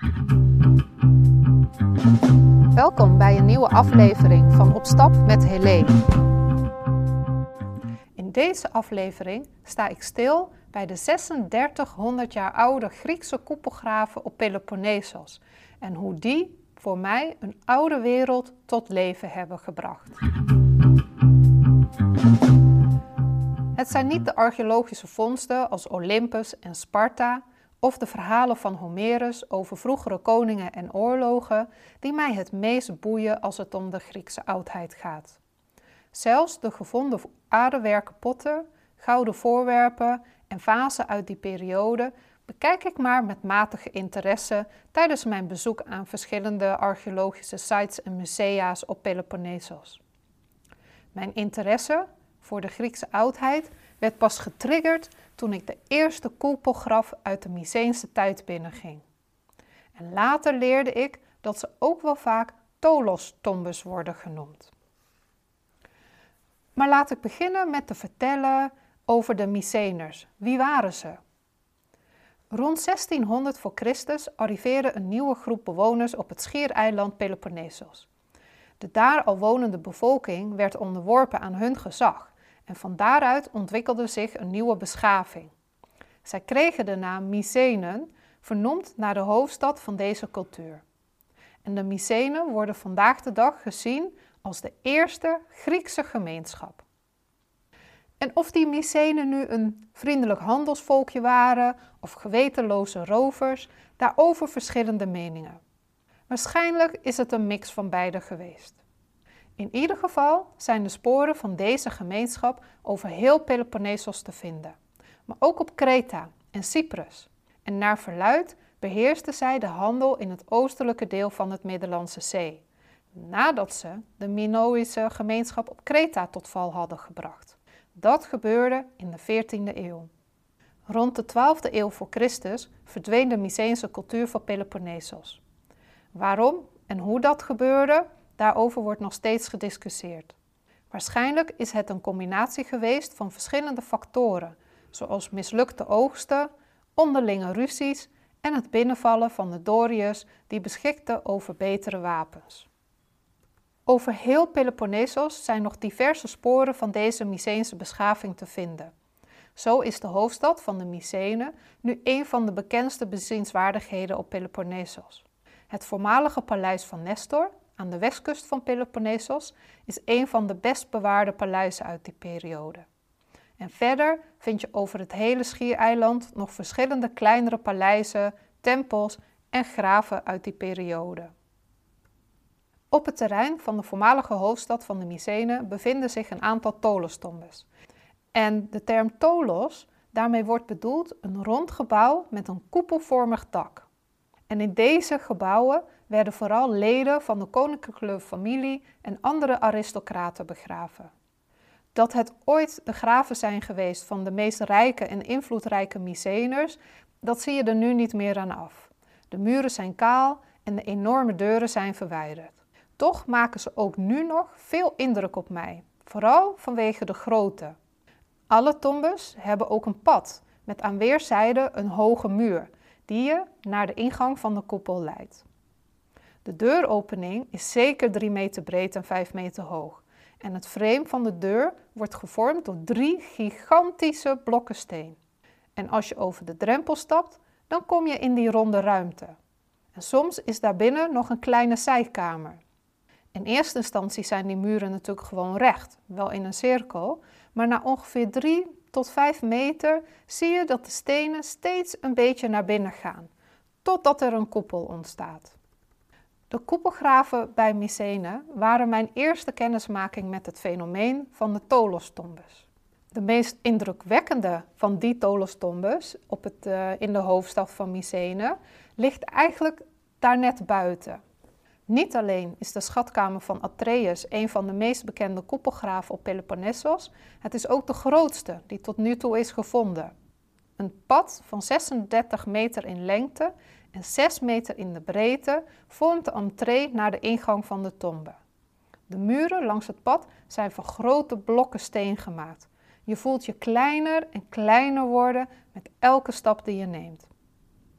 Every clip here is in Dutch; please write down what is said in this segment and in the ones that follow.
Welkom bij een nieuwe aflevering van Op Stap met Helene. In deze aflevering sta ik stil bij de 3600 jaar oude Griekse koepelgraven op Peloponnesos en hoe die voor mij een oude wereld tot leven hebben gebracht. Het zijn niet de archeologische vondsten als Olympus en Sparta of de verhalen van Homerus over vroegere koningen en oorlogen die mij het meest boeien als het om de Griekse oudheid gaat. Zelfs de gevonden aardewerken potten, gouden voorwerpen en vazen uit die periode bekijk ik maar met matige interesse tijdens mijn bezoek aan verschillende archeologische sites en musea's op Peloponnesos. Mijn interesse voor de Griekse oudheid werd pas getriggerd toen ik de eerste koepelgraf uit de Myceense tijd binnenging. En later leerde ik dat ze ook wel vaak Tolos-tombes worden genoemd. Maar laat ik beginnen met te vertellen over de Myceners. Wie waren ze? Rond 1600 voor Christus arriveerde een nieuwe groep bewoners op het schiereiland Peloponnesos. De daar al wonende bevolking werd onderworpen aan hun gezag en van daaruit ontwikkelde zich een nieuwe beschaving. Zij kregen de naam Mycenen, vernoemd naar de hoofdstad van deze cultuur. En de Mycenen worden vandaag de dag gezien als de eerste Griekse gemeenschap. En of die Mycenen nu een vriendelijk handelsvolkje waren of gewetenloze rovers, daarover verschillende meningen. Waarschijnlijk is het een mix van beide geweest. In ieder geval zijn de sporen van deze gemeenschap over heel Peloponnesos te vinden, maar ook op Kreta en Cyprus. En naar verluidt beheersten zij de handel in het oostelijke deel van het Middellandse Zee, nadat ze de Minoïsche gemeenschap op Kreta tot val hadden gebracht. Dat gebeurde in de 14e eeuw. Rond de 12e eeuw voor Christus verdween de Myceense cultuur van Peloponnesos. Waarom en hoe dat gebeurde, daarover wordt nog steeds gediscussieerd. Waarschijnlijk is het een combinatie geweest van verschillende factoren, zoals mislukte oogsten, onderlinge ruzies en het binnenvallen van de Doriërs die beschikten over betere wapens. Over heel Peloponnesos zijn nog diverse sporen van deze Myceense beschaving te vinden. Zo is de hoofdstad van de Mycenen nu een van de bekendste bezienswaardigheden op Peloponnesos. Het voormalige paleis van Nestor, aan de westkust van Peloponnesos, is een van de best bewaarde paleizen uit die periode. En verder vind je over het hele schiereiland nog verschillende kleinere paleizen, tempels en graven uit die periode. Op het terrein van de voormalige hoofdstad van de Mycenen bevinden zich een aantal Tolos-tombes. En de term Tolos, daarmee wordt bedoeld een rond gebouw met een koepelvormig dak. En in deze gebouwen werden vooral leden van de koninklijke familie en andere aristocraten begraven. Dat het ooit de graven zijn geweest van de meest rijke en invloedrijke Myceners, dat zie je er nu niet meer aan af. De muren zijn kaal en de enorme deuren zijn verwijderd. Toch maken ze ook nu nog veel indruk op mij, vooral vanwege de grootte. Alle tombes hebben ook een pad met aan weerszijden een hoge muur die je naar de ingang van de koepel leidt. De deuropening is zeker 3 meter breed en 5 meter hoog. En het frame van de deur wordt gevormd door 3 gigantische blokken steen. En als je over de drempel stapt, dan kom je in die ronde ruimte. En soms is daarbinnen nog een kleine zijkamer. In eerste instantie zijn die muren natuurlijk gewoon recht, wel in een cirkel. Maar na ongeveer 3 tot 5 meter zie je dat de stenen steeds een beetje naar binnen gaan, totdat er een koepel ontstaat. De koepelgraven bij Mycene waren mijn eerste kennismaking met het fenomeen van de Tolos-tombes. De meest indrukwekkende van die Tolos-tombes in de hoofdstad van Mycene ligt eigenlijk daar net buiten. Niet alleen is de schatkamer van Atreus een van de meest bekende koepelgraven op Peloponnesos, het is ook de grootste die tot nu toe is gevonden. Een pad van 36 meter in lengte en 6 meter in de breedte vormt de entree naar de ingang van de tombe. De muren langs het pad zijn van grote blokken steen gemaakt. Je voelt je kleiner en kleiner worden met elke stap die je neemt.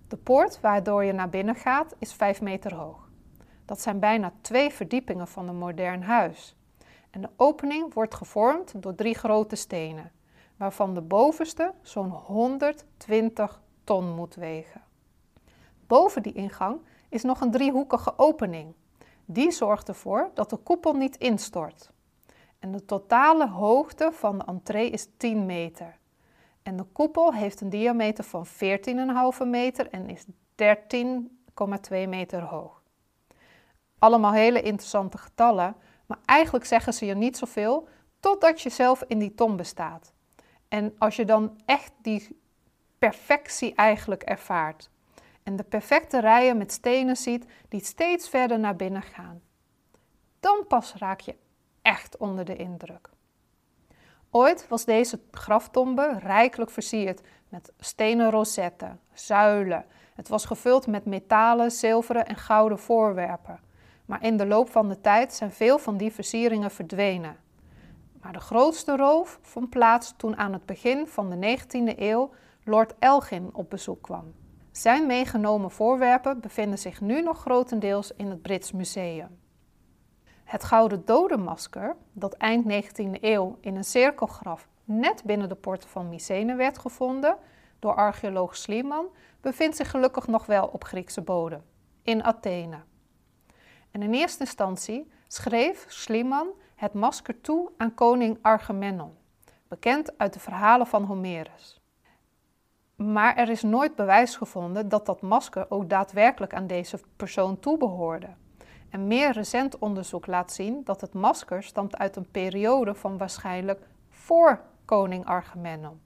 De poort waardoor je naar binnen gaat is 5 meter hoog. Dat zijn bijna 2 verdiepingen van een modern huis. En de opening wordt gevormd door 3 grote stenen, waarvan de bovenste zo'n 120 ton moet wegen. Boven die ingang is nog een driehoekige opening. Die zorgt ervoor dat de koepel niet instort. En de totale hoogte van de entree is 10 meter. En de koepel heeft een diameter van 14,5 meter en is 13,2 meter hoog. Allemaal hele interessante getallen, maar eigenlijk zeggen ze je niet zoveel totdat je zelf in die tombe staat. En als je dan echt die perfectie eigenlijk ervaart. En de perfecte rijen met stenen ziet die steeds verder naar binnen gaan. Dan pas raak je echt onder de indruk. Ooit was deze graftombe rijkelijk versierd met stenen rosetten, zuilen. Het was gevuld met metalen, zilveren en gouden voorwerpen. Maar in de loop van de tijd zijn veel van die versieringen verdwenen. Maar de grootste roof vond plaats toen aan het begin van de 19e eeuw Lord Elgin op bezoek kwam. Zijn meegenomen voorwerpen bevinden zich nu nog grotendeels in het Brits Museum. Het gouden dodenmasker, dat eind 19e eeuw in een cirkelgraf net binnen de poorten van Mycene werd gevonden door archeoloog Schliemann, bevindt zich gelukkig nog wel op Griekse bodem, in Athene. En in eerste instantie schreef Schliemann het masker toe aan koning Agamemnon, bekend uit de verhalen van Homerus. Maar er is nooit bewijs gevonden dat dat masker ook daadwerkelijk aan deze persoon toebehoorde. En meer recent onderzoek laat zien dat het masker stamt uit een periode van waarschijnlijk voor koning Agamemnon.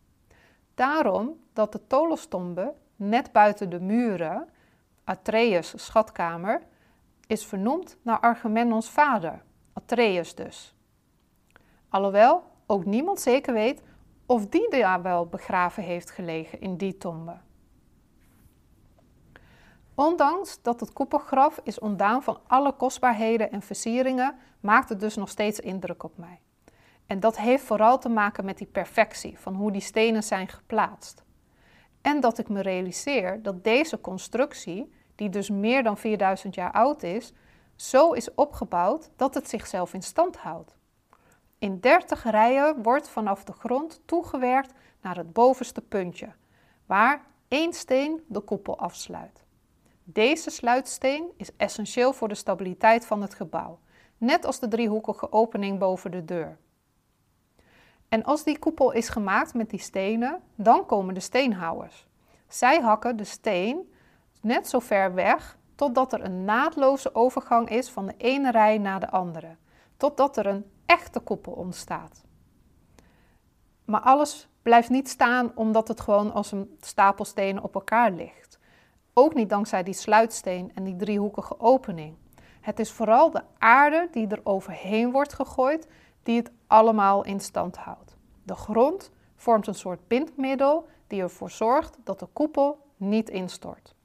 Daarom dat de Tolostombe net buiten de muren, Atreus' schatkamer, is vernoemd naar Agamemnons vader, Atreus dus. Alhoewel ook niemand zeker weet of die daar wel begraven heeft gelegen in die tombe. Ondanks dat het koepelgraf is ontdaan van alle kostbaarheden en versieringen, maakt het dus nog steeds indruk op mij. En dat heeft vooral te maken met die perfectie van hoe die stenen zijn geplaatst. En dat ik me realiseer dat deze constructie, die dus meer dan 4000 jaar oud is, zo is opgebouwd dat het zichzelf in stand houdt. In 30 rijen wordt vanaf de grond toegewerkt naar het bovenste puntje, waar 1 steen de koepel afsluit. Deze sluitsteen is essentieel voor de stabiliteit van het gebouw, net als de driehoekige opening boven de deur. En als die koepel is gemaakt met die stenen, dan komen de steenhouwers. Zij hakken de steen net zo ver weg totdat er een naadloze overgang is van de ene rij naar de andere, totdat er een echte koepel ontstaat. Maar alles blijft niet staan omdat het gewoon als een stapel stenen op elkaar ligt. Ook niet dankzij die sluitsteen en die driehoekige opening. Het is vooral de aarde die er overheen wordt gegooid die het allemaal in stand houdt. De grond vormt een soort bindmiddel die ervoor zorgt dat de koepel niet instort.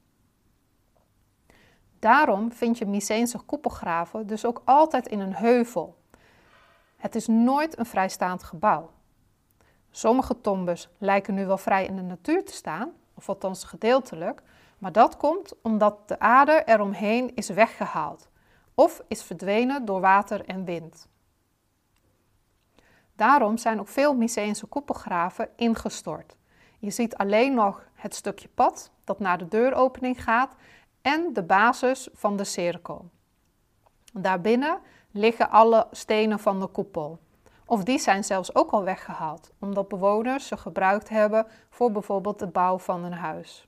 Daarom vind je Myceense koepelgraven dus ook altijd in een heuvel. Het is nooit een vrijstaand gebouw. Sommige tombes lijken nu wel vrij in de natuur te staan, of althans gedeeltelijk, maar dat komt omdat de aarde eromheen is weggehaald of is verdwenen door water en wind. Daarom zijn ook veel Myceense koepelgraven ingestort. Je ziet alleen nog het stukje pad dat naar de deuropening gaat en de basis van de cirkel. Daarbinnen liggen alle stenen van de koepel. Of die zijn zelfs ook al weggehaald, omdat bewoners ze gebruikt hebben voor bijvoorbeeld de bouw van een huis.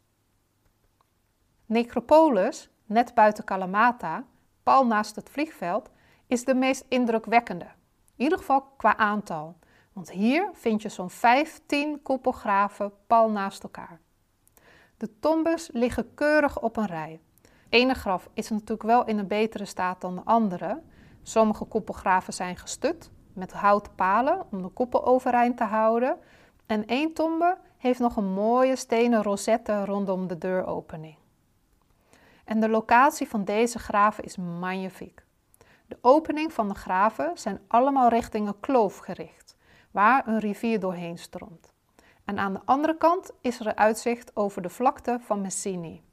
Necropolis, net buiten Kalamata, pal naast het vliegveld, is de meest indrukwekkende. In ieder geval qua aantal, want hier vind je zo'n 15 koepelgraven pal naast elkaar. De tombes liggen keurig op een rij. Het ene graf is natuurlijk wel in een betere staat dan de andere. Sommige koepelgraven zijn gestut met houten palen om de koepel overeind te houden. En 1 tombe heeft nog een mooie stenen rosette rondom de deuropening. En de locatie van deze graven is magnifiek. De opening van de graven zijn allemaal richting een kloof gericht, waar een rivier doorheen stroomt. En aan de andere kant is er uitzicht over de vlakte van Messini.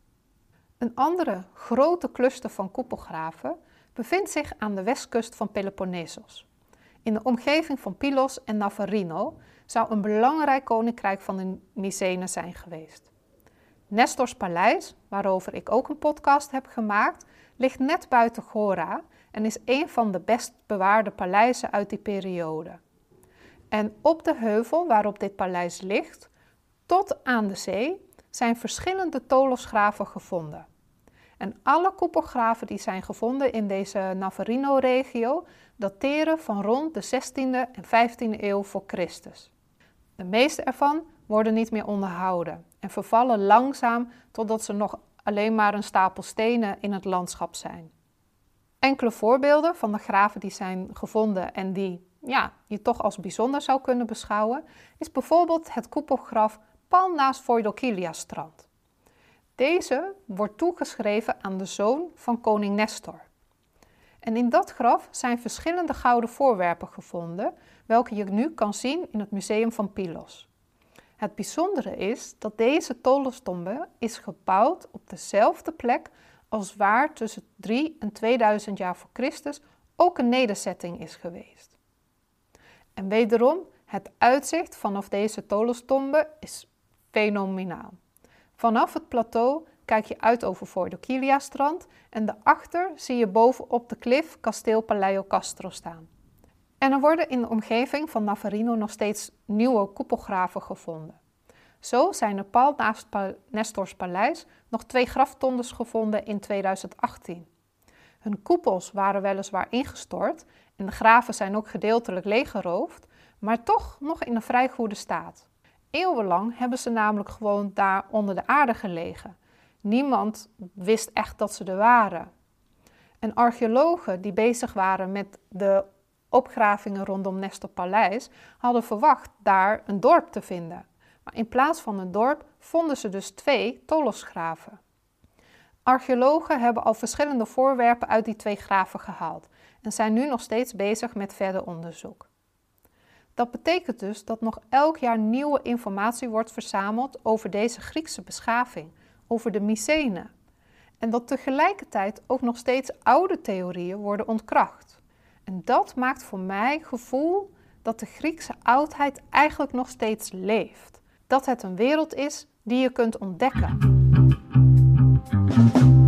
Een andere grote cluster van koepelgraven bevindt zich aan de westkust van Peloponnesos. In de omgeving van Pylos en Navarino zou een belangrijk koninkrijk van de Mycenen zijn geweest. Nestors paleis, waarover ik ook een podcast heb gemaakt, ligt net buiten Chora en is een van de best bewaarde paleizen uit die periode. En op de heuvel waarop dit paleis ligt, tot aan de zee, zijn verschillende tolosgraven gevonden. En alle koepelgraven die zijn gevonden in deze Navarino-regio dateren van rond de 16e en 15e eeuw voor Christus. De meeste ervan worden niet meer onderhouden en vervallen langzaam totdat ze nog alleen maar een stapel stenen in het landschap zijn. Enkele voorbeelden van de graven die zijn gevonden en die je toch als bijzonder zou kunnen beschouwen, is bijvoorbeeld het koepelgraf pal naast Voidokilia-strand. Deze wordt toegeschreven aan de zoon van koning Nestor. En in dat graf zijn verschillende gouden voorwerpen gevonden, welke je nu kan zien in het museum van Pylos. Het bijzondere is dat deze tolostombe is gebouwd op dezelfde plek als waar tussen 3 en 2000 jaar voor Christus ook een nederzetting is geweest. En wederom, het uitzicht vanaf deze tolostombe is fenomenaal. Vanaf het plateau kijk je uit over Voidokilia-strand en daarachter zie je bovenop de klif kasteel Paleo Castro staan. En er worden in de omgeving van Navarino nog steeds nieuwe koepelgraven gevonden. Zo zijn er pal naast Nestors paleis nog 2 graftondes gevonden in 2018. Hun koepels waren weliswaar ingestort en de graven zijn ook gedeeltelijk leeggeroofd, maar toch nog in een vrij goede staat. Eeuwenlang hebben ze namelijk gewoon daar onder de aarde gelegen. Niemand wist echt dat ze er waren. En archeologen die bezig waren met de opgravingen rondom Nestor Paleis hadden verwacht daar een dorp te vinden. Maar in plaats van een dorp vonden ze dus 2 tolosgraven. Archeologen hebben al verschillende voorwerpen uit die 2 graven gehaald en zijn nu nog steeds bezig met verder onderzoek. Dat betekent dus dat nog elk jaar nieuwe informatie wordt verzameld over deze Griekse beschaving, over de Mycenen. En dat tegelijkertijd ook nog steeds oude theorieën worden ontkracht. En dat maakt voor mij gevoel dat de Griekse oudheid eigenlijk nog steeds leeft. Dat het een wereld is die je kunt ontdekken.